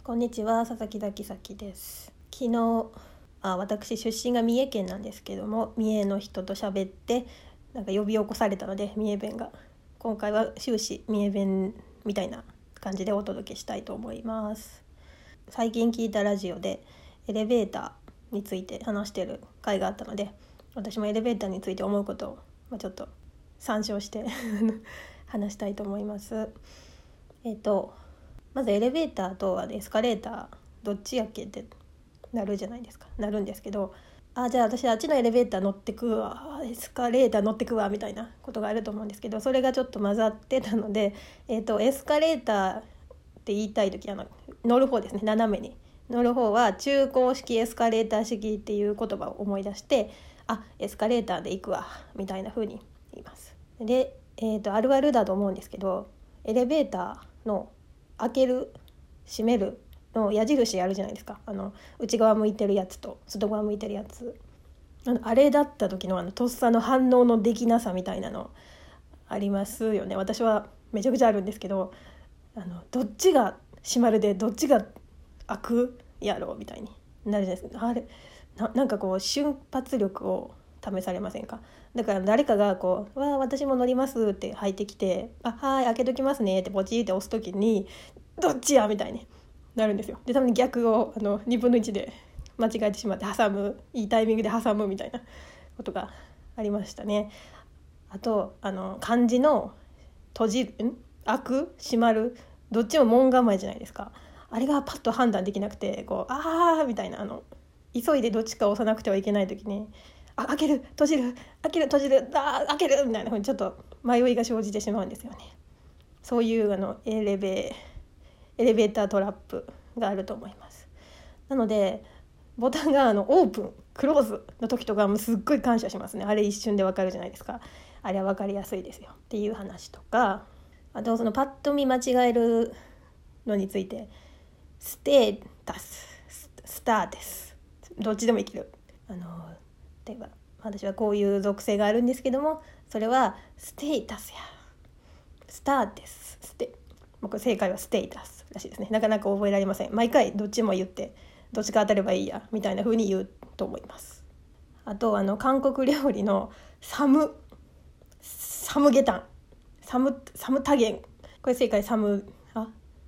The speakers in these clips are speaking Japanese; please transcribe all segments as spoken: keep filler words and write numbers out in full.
こんにちは、佐々木崎咲です。昨日あ私出身が三重県なんですけども、三重の人と喋ってなんか呼び起こされたので、三重弁が今回は終始三重弁みたいな感じでお届けしたいと思います。最近聞いたラジオでエレベーターについて話してる回があったので、私もエレベーターについて思うことを、まあ、ちょっと参照して話したいと思います。えっとまずエレベーターとエスカレーターどっちやっけってなるじゃないですかなるんですけど、あじゃあ私あっちのエレベーター乗ってくわ、エスカレーター乗ってくわみたいなことがあると思うんですけど、それがちょっと混ざってたので、えっとエスカレーターって言いたい時、あの乗る方ですね、斜めに乗る方は中高式エスカレーター式っていう言葉を思い出して、あエスカレーターで行くわみたいな風に言います。で、えーと、あるあるだと思うんですけど、エレベーターの開ける閉めるの矢印あるじゃないですか。あの内側向いてるやつと外側向いてるやつ、あのあれだった時のあのとっさの反応のできなさみたいなのありますよね。私はめちゃくちゃあるんですけど、あのどっちが閉まるでどっちが開くやろうみたいになるじゃないですか。あれ な, なんかこう瞬発力を試されませんか。だから誰かがこうわ私も乗りますって入ってきて、あはい開けときますねってポチって押すときにどっちやみたいになるんですよ。で多分逆をあのにぶんのいちで間違えてしまって挟む、いいタイミングで挟むみたいなことがありましたね。あとあの漢字の閉じるん開く閉まるどっちも門構えじゃないですか。あれがパッと判断できなくて、こうあーみたいな、あの急いでどっちか押さなくてはいけない時に、あ開ける閉じる開ける閉じるあ開けるみたいな風にちょっと迷いが生じてしまうんですよね。そういうあのエレベエレベータートラップがあると思います。なのでボタンがあのオープンクローズの時とかもすっごい感謝しますね。あれ一瞬でわかるじゃないですか。あれは分かりやすいですよっていう話とか、あとそのパッと見間違えるのについて、ステータススターテスどっちでもいける。あの例えば私はこういう属性があるんですけども、それはステータスやスターテスステ僕正解はステータスらしいですね。なかなか覚えられません。毎回どっちも言ってどっちか当たればいいやみたいな風に言うと思います。あとあの韓国料理のサムサムゲタンサムサムタゲン、これ正解サムあ、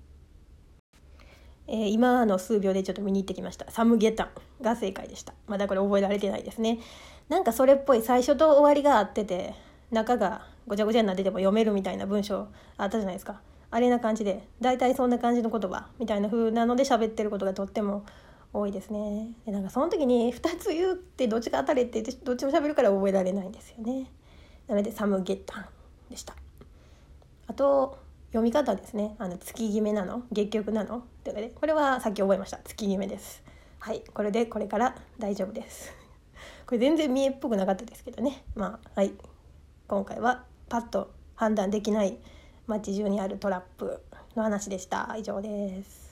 えー、今の数秒でちょっと見に行ってきました。サムゲタンが正解でした。まだこれ覚えられてないですね。なんかそれっぽい最初と終わりがあってて中がごちゃごちゃになってても読めるみたいな文章あったじゃないですか。あれな感じでだいたいそんな感じの言葉みたいな風なので喋ってることがとっても多いですね。でなんかその時にふたつ言ってどっちか当たれって言ってどっちも喋るから覚えられないんですよね。なのでサムゲタンでした。あと読み方ですね。あの月決めなの月曲なのってでこれはさっき覚えました。月決めです。はい、これでこれから大丈夫です。これ全然見えっぽくなかったですけどね。まあはい、今回はパッと判断できない街中にあるトラップの話でした。以上です。